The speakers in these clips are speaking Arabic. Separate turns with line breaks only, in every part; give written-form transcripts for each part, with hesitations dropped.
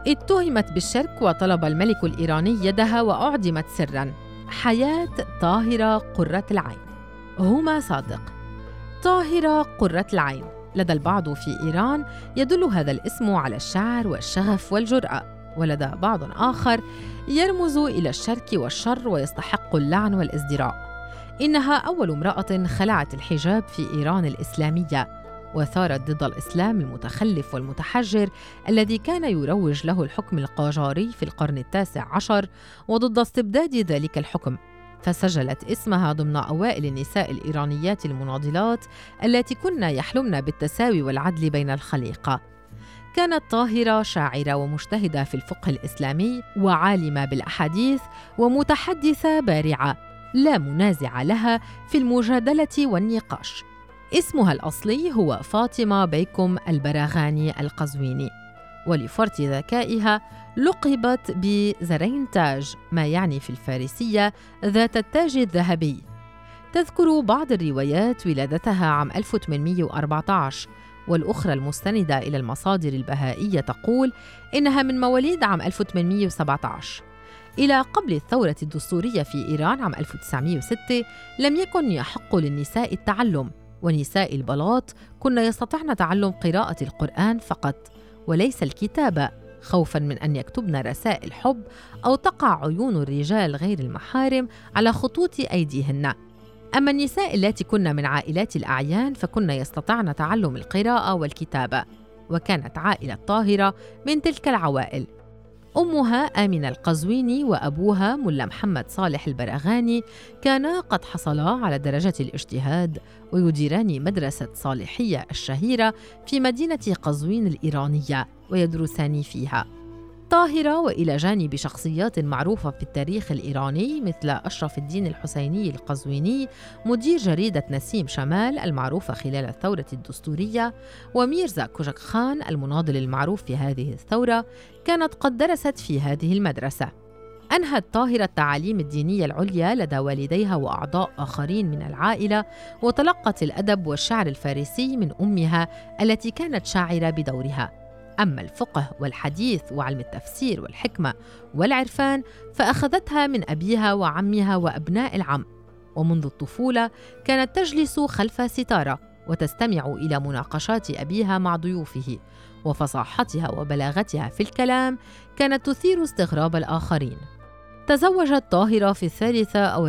اتهمت بالشرك وطلب الملك الإيراني يدها وأعدمت سراً. حياة طاهرة قرة العين. هما صادق. طاهرة قرة العين لدى البعض في إيران يدل هذا الاسم على الشعر والشغف والجرأة، ولدى بعض آخر يرمز إلى الشرك والشر ويستحق اللعن والازدراء. إنها أول امرأة خلعت الحجاب في إيران الإسلامية، وثارت ضد الإسلام المتخلف والمتحجر الذي كان يروج له الحكم القاجاري في القرن ال19 وضد استبداد ذلك الحكم، فسجلت اسمها ضمن أوائل النساء الإيرانيات المناضلات التي كن يحلمن بالتساوي والعدل بين الخليقة. كانت طاهرة شاعرة ومجتهدة في الفقه الإسلامي وعالمة بالأحاديث ومتحدثة بارعة لا منازع لها في المجادلة والنقاش. اسمها الأصلي هو فاطمة بيكم البراغاني القزويني، ولفرط ذكائها لقبت بزرين تاج، ما يعني في الفارسية ذات التاج الذهبي. تذكر بعض الروايات ولادتها عام 1814، والأخرى المستندة إلى المصادر البهائية تقول إنها من مواليد عام 1817. إلى قبل الثورة الدستورية في إيران عام 1906 لم يكن يحق للنساء التعلم، ونساء البلاط كن يستطعن تعلم قراءة القرآن فقط وليس الكتابة، خوفاً من أن يكتبن رسائل حب أو تقع عيون الرجال غير المحارم على خطوط أيديهن. أما النساء التي كن من عائلات الأعيان فكن يستطعن تعلم القراءة والكتابة، وكانت عائلة طاهرة من تلك العوائل. أمها آمنة القزويني وأبوها ملا محمد صالح البراغاني كانا قد حصلا على درجة الاجتهاد ويديران مدرسة صالحية الشهيرة في مدينة قزوين الإيرانية ويدرسان فيها. طاهرة وإلى جانب شخصيات معروفة في التاريخ الإيراني مثل أشرف الدين الحسيني القزويني مدير جريدة نسيم شمال المعروفة خلال الثورة الدستورية، وميرزا كوجك خان المناضل المعروف في هذه الثورة، كانت قد درست في هذه المدرسة. أنهت طاهرة التعاليم الدينية العليا لدى والديها وأعضاء آخرين من العائلة، وتلقت الأدب والشعر الفارسي من أمها التي كانت شاعرة بدورها. أما الفقه والحديث وعلم التفسير والحكمة والعرفان فأخذتها من أبيها وعمها وأبناء العم، ومنذ الطفولة كانت تجلس خلف ستارة وتستمع إلى مناقشات أبيها مع ضيوفه، وفصاحتها وبلاغتها في الكلام كانت تثير استغراب الآخرين. تزوجت طاهرة في 13 أو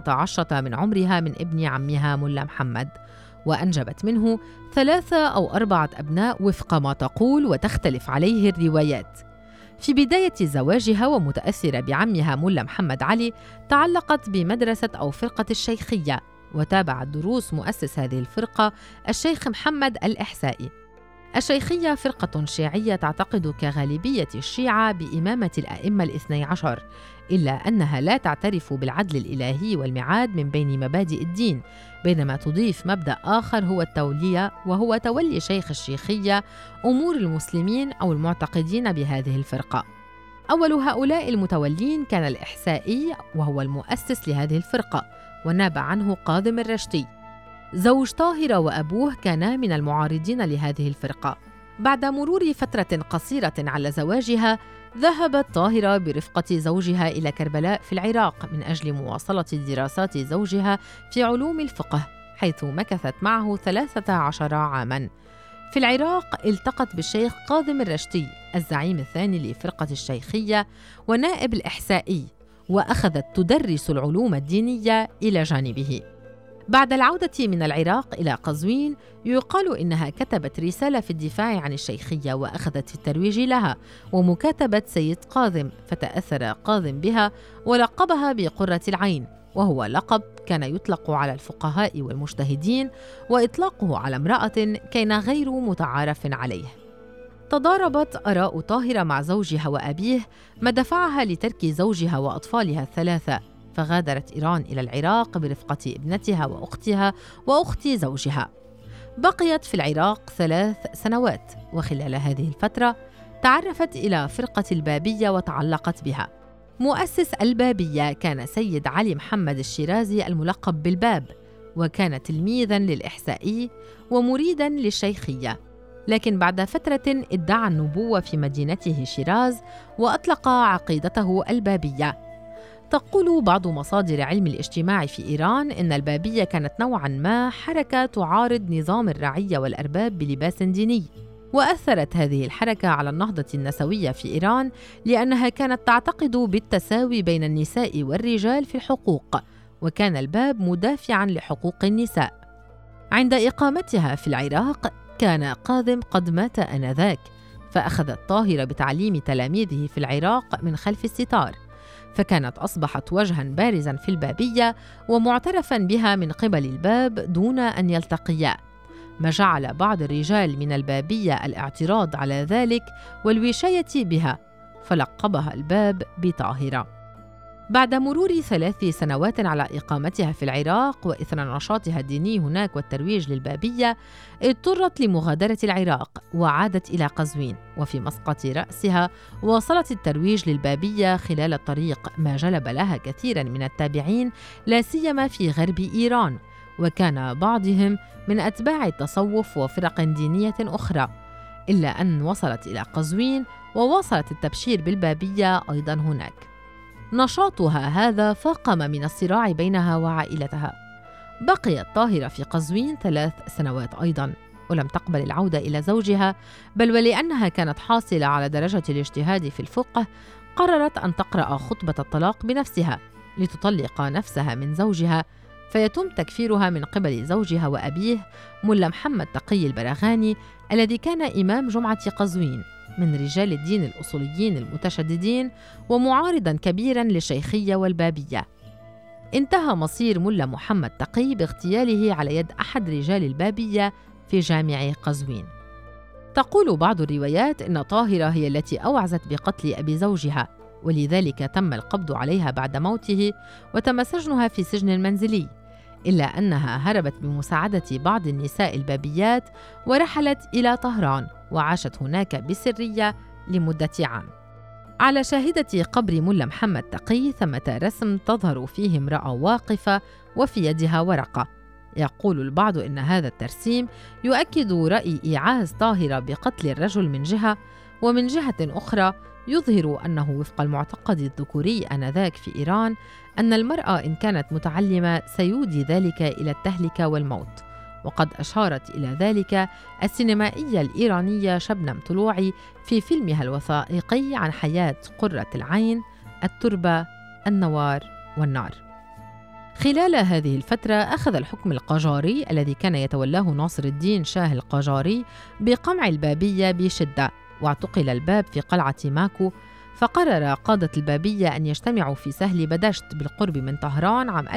14 من عمرها من ابن عمها ملا محمد، وأنجبت منه 3 أو 4 أبناء وفق ما تقول وتختلف عليه الروايات. في بداية زواجها ومتأثرة بعمها ملا محمد علي تعلقت بمدرسة أو فرقة الشيخية، وتابعت دروس مؤسس هذه الفرقة الشيخ محمد الإحسائي. الشيخية فرقة شيعية تعتقد كغالبية الشيعة بإمامة الأئمة ال12، إلا أنها لا تعترف بالعدل الإلهي والميعاد من بين مبادئ الدين، بينما تضيف مبدأ آخر هو التولية، وهو تولي شيخ الشيخية أمور المسلمين أو المعتقدين بهذه الفرقة. أول هؤلاء المتولين كان الإحسائي، وهو المؤسس لهذه الفرقة، وناب عنه قاضم الرشتي. زوج طاهرة وأبوه كانا من المعارضين لهذه الفرقة. بعد مرور فترة قصيرة على زواجها ذهبت طاهرة برفقة زوجها إلى كربلاء في العراق من أجل مواصلة دراسات زوجها في علوم الفقه، حيث مكثت معه 13 عاماً. في العراق التقت بالشيخ قاضم الرشتي الزعيم الثاني لفرقة الشيخية ونائب الإحسائي، وأخذت تدرس العلوم الدينية إلى جانبه. بعد العودة من العراق إلى قزوين يقال إنها كتبت رسالة في الدفاع عن الشيخية وأخذت في الترويج لها ومكاتبة سيد قاضم، فتأثر قاضم بها ولقبها بقرة العين، وهو لقب كان يطلق على الفقهاء والمجتهدين، وإطلاقه على امرأة كان غير متعارف عليه. تضاربت آراء طاهرة مع زوجها وأبيه ما دفعها لترك زوجها وأطفالها 3، فغادرت إيران إلى العراق برفقة ابنتها وأختها وأخت زوجها. بقيت في العراق 3 سنوات، وخلال هذه الفترة تعرفت إلى فرقة البابية وتعلقت بها. مؤسس البابية كان سيد علي محمد الشيرازي الملقب بالباب، وكان تلميذاً للإحسائي ومريداً للشيخية. لكن بعد فترة ادعى النبوة في مدينته شيراز وأطلق عقيدته البابية. تقول بعض مصادر علم الاجتماع في إيران إن البابية كانت نوعاً ما حركة تعارض نظام الرعية والأرباب بلباس ديني، وأثرت هذه الحركة على النهضة النسوية في إيران لأنها كانت تعتقد بالتساوي بين النساء والرجال في الحقوق، وكان الباب مدافعاً لحقوق النساء. عند إقامتها في العراق كان قاذم قد مات آنذاك، فأخذت طاهرة بتعليم تلاميذه في العراق من خلف الستار، فكانت أصبحت وجهاً بارزاً في البابية ومعترفاً بها من قبل الباب دون أن يلتقيا، ما جعل بعض الرجال من البابية الاعتراض على ذلك والوشاية بها، فلقبها الباب بطاهرة. بعد مرور 3 سنوات على إقامتها في العراق وإثر نشاطها الديني هناك والترويج للبابية، اضطرت لمغادرة العراق وعادت إلى قزوين، وفي مسقط رأسها واصلت الترويج للبابية خلال الطريق، ما جلب لها كثيراً من التابعين لا سيما في غرب إيران، وكان بعضهم من أتباع التصوف وفرق دينية أخرى، إلا أن وصلت إلى قزوين وواصلت التبشير بالبابية أيضاً هناك. نشاطها هذا فاقم من الصراع بينها وعائلتها. بقيت طاهرة في قزوين 3 سنوات أيضاً، ولم تقبل العودة إلى زوجها، بل ولأنها كانت حاصلة على درجة الاجتهاد في الفقه قررت أن تقرأ خطبة الطلاق بنفسها لتطلق نفسها من زوجها، فيتم تكفيرها من قبل زوجها وأبيه ملا محمد تقي البرغاني الذي كان إمام جمعة قزوين من رجال الدين الأصوليين المتشددين ومعارضاً كبيراً للشيخية والبابية. انتهى مصير ملا محمد تقي باغتياله على يد أحد رجال البابية في جامع قزوين. تقول بعض الروايات إن طاهرة هي التي أوعزت بقتل أبي زوجها، ولذلك تم القبض عليها بعد موته وتم سجنها في سجن منزلي، إلا أنها هربت بمساعدة بعض النساء البابيات ورحلت إلى طهران وعاشت هناك بسرية لمدة عام. على شاهدة قبر ملا محمد تقي ثمة رسم تظهر فيه امرأة واقفة وفي يدها ورقة. يقول البعض إن هذا الترسيم يؤكد رأي إيعاز طاهرة بقتل الرجل من جهة، ومن جهة أخرى يظهر أنه وفق المعتقد الذكوري آنذاك في إيران أن المرأة إن كانت متعلمة سيودي ذلك إلى التهلكة والموت، وقد أشارت إلى ذلك السينمائية الإيرانية شبنم طلوعي في فيلمها الوثائقي عن حياة قرة العين، التربة، النوار والنار. خلال هذه الفترة أخذ الحكم القاجاري الذي كان يتولاه ناصر الدين شاه القاجاري بقمع البابية بشدة، واعتقل الباب في قلعة ماكو، فقرر قادة البابية أن يجتمعوا في سهل بدشت بالقرب من طهران عام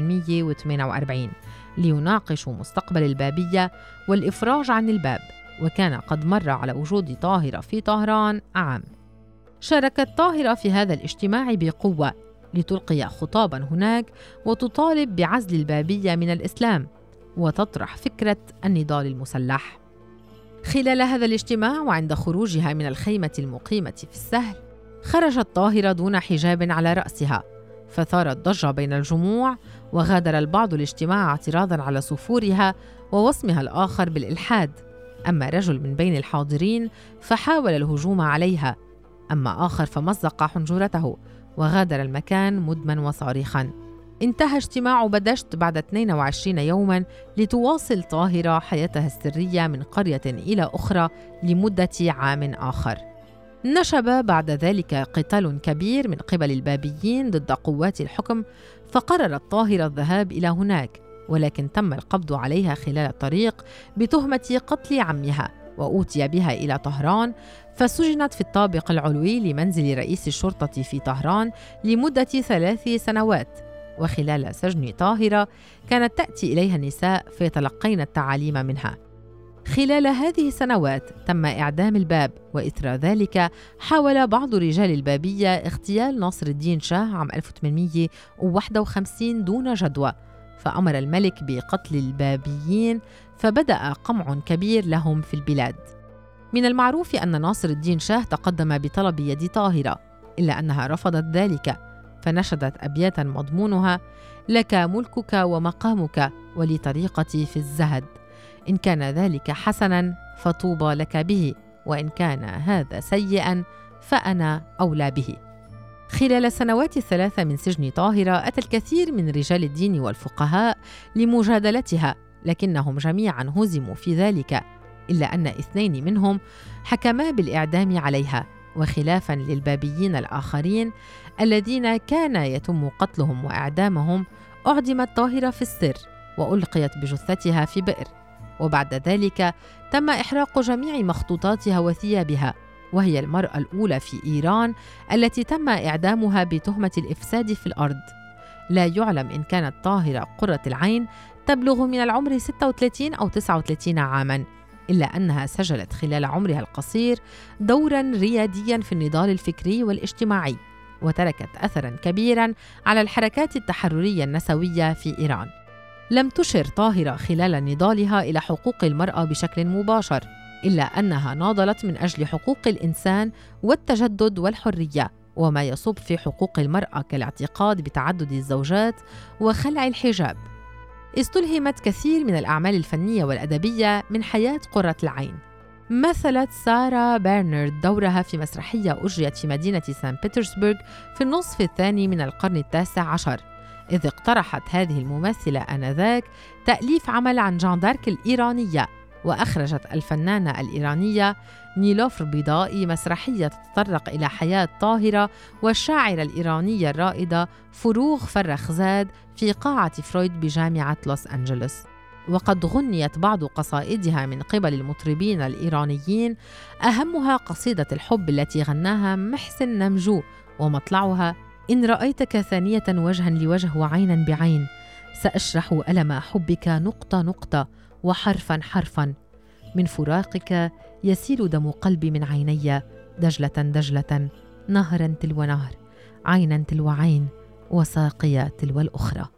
1848 ليناقشوا مستقبل البابية والإفراج عن الباب، وكان قد مر على وجود طاهرة في طهران عام. شاركت طاهرة في هذا الاجتماع بقوة لتلقي خطابا هناك وتطالب بعزل البابية من الإسلام وتطرح فكرة النضال المسلح. خلال هذا الاجتماع وعند خروجها من الخيمة المقيمة في السهل، خرجت طاهرة دون حجاب على رأسها، فثارت ضجة بين الجموع، وغادر البعض الاجتماع اعتراضاً على سفورها ووصمها الآخر بالإلحاد. أما رجل من بين الحاضرين فحاول الهجوم عليها، أما آخر فمزق حنجرته وغادر المكان مدماً وصارخاً. انتهى اجتماع بدشت بعد 22 يوماً لتواصل طاهرة حياتها السرية من قرية إلى أخرى لمدة عام آخر. نشب بعد ذلك قتال كبير من قبل البابيين ضد قوات الحكم، فقررت طاهرة الذهاب إلى هناك، ولكن تم القبض عليها خلال الطريق بتهمة قتل عمها، وأوتي بها إلى طهران، فسجنت في الطابق العلوي لمنزل رئيس الشرطة في طهران لمدة 3 سنوات. وخلال سجن طاهرة كانت تأتي إليها النساء فيتلقين التعاليم منها. خلال هذه السنوات تم إعدام الباب، وإثر ذلك حاول بعض رجال البابية اغتيال ناصر الدين شاه عام 1851 دون جدوى، فأمر الملك بقتل البابيين، فبدأ قمع كبير لهم في البلاد. من المعروف أن ناصر الدين شاه تقدم بطلب يد طاهرة، إلا أنها رفضت ذلك، فنشدت أبياتا مضمونها: لك ملكك ومقامك ولطريقتي في الزهد، إن كان ذلك حسناً فطوبى لك به، وإن كان هذا سيئا فأنا أولى به. خلال السنوات الثلاث من سجن طاهرة أتى الكثير من رجال الدين والفقهاء لمجادلتها، لكنهم جميعا هزموا في ذلك، إلا أن 2 منهم حكما بالإعدام عليها، وخلافا للبابيين الآخرين الذين كان يتم قتلهم وإعدامهم، أعدمت طاهرة في السر وألقيت بجثتها في بئر، وبعد ذلك تم إحراق جميع مخطوطاتها وثيابها، وهي المرأة الأولى في إيران التي تم إعدامها بتهمة الإفساد في الأرض. لا يعلم إن كانت طاهرة قرة العين تبلغ من العمر 36 أو 39 عاماً، إلا أنها سجلت خلال عمرها القصير دوراً ريادياً في النضال الفكري والاجتماعي، وتركت أثراً كبيراً على الحركات التحررية النسوية في إيران. لم تشر طاهرة خلال نضالها إلى حقوق المرأة بشكل مباشر، إلا أنها ناضلت من أجل حقوق الإنسان والتجدد والحرية، وما يصب في حقوق المرأة كالاعتقاد بتعدد الزوجات وخلع الحجاب. استلهمت كثير من الأعمال الفنية والأدبية من حياة قرة العين. مثلت سارة برنارد دورها في مسرحية أجريت في مدينة سان بطرسبرغ في النصف الثاني من القرن 19، إذ اقترحت هذه الممثلة آنذاك تأليف عمل عن جان دارك الإيرانية، وأخرجت الفنانة الإيرانية نيلوفر بيضائي مسرحية تتطرق إلى حياة طاهرة والشاعرة الإيرانية الرائدة فروغ فرخزاد في قاعة فرويد بجامعة لوس أنجلوس. وقد غنيت بعض قصائدها من قبل المطربين الإيرانيين، أهمها قصيدة الحب التي غناها محسن نمجو ومطلعها: إن رأيتك ثانية وجها لوجه وعينا بعين، سأشرح ألم حبك نقطة نقطة وحرفا حرفا، من فراقك يسيل دم قلبي من عيني دجلة دجلة، نهرا تلو نهر، عينا تلو عين، وساقية تلو الأخرى.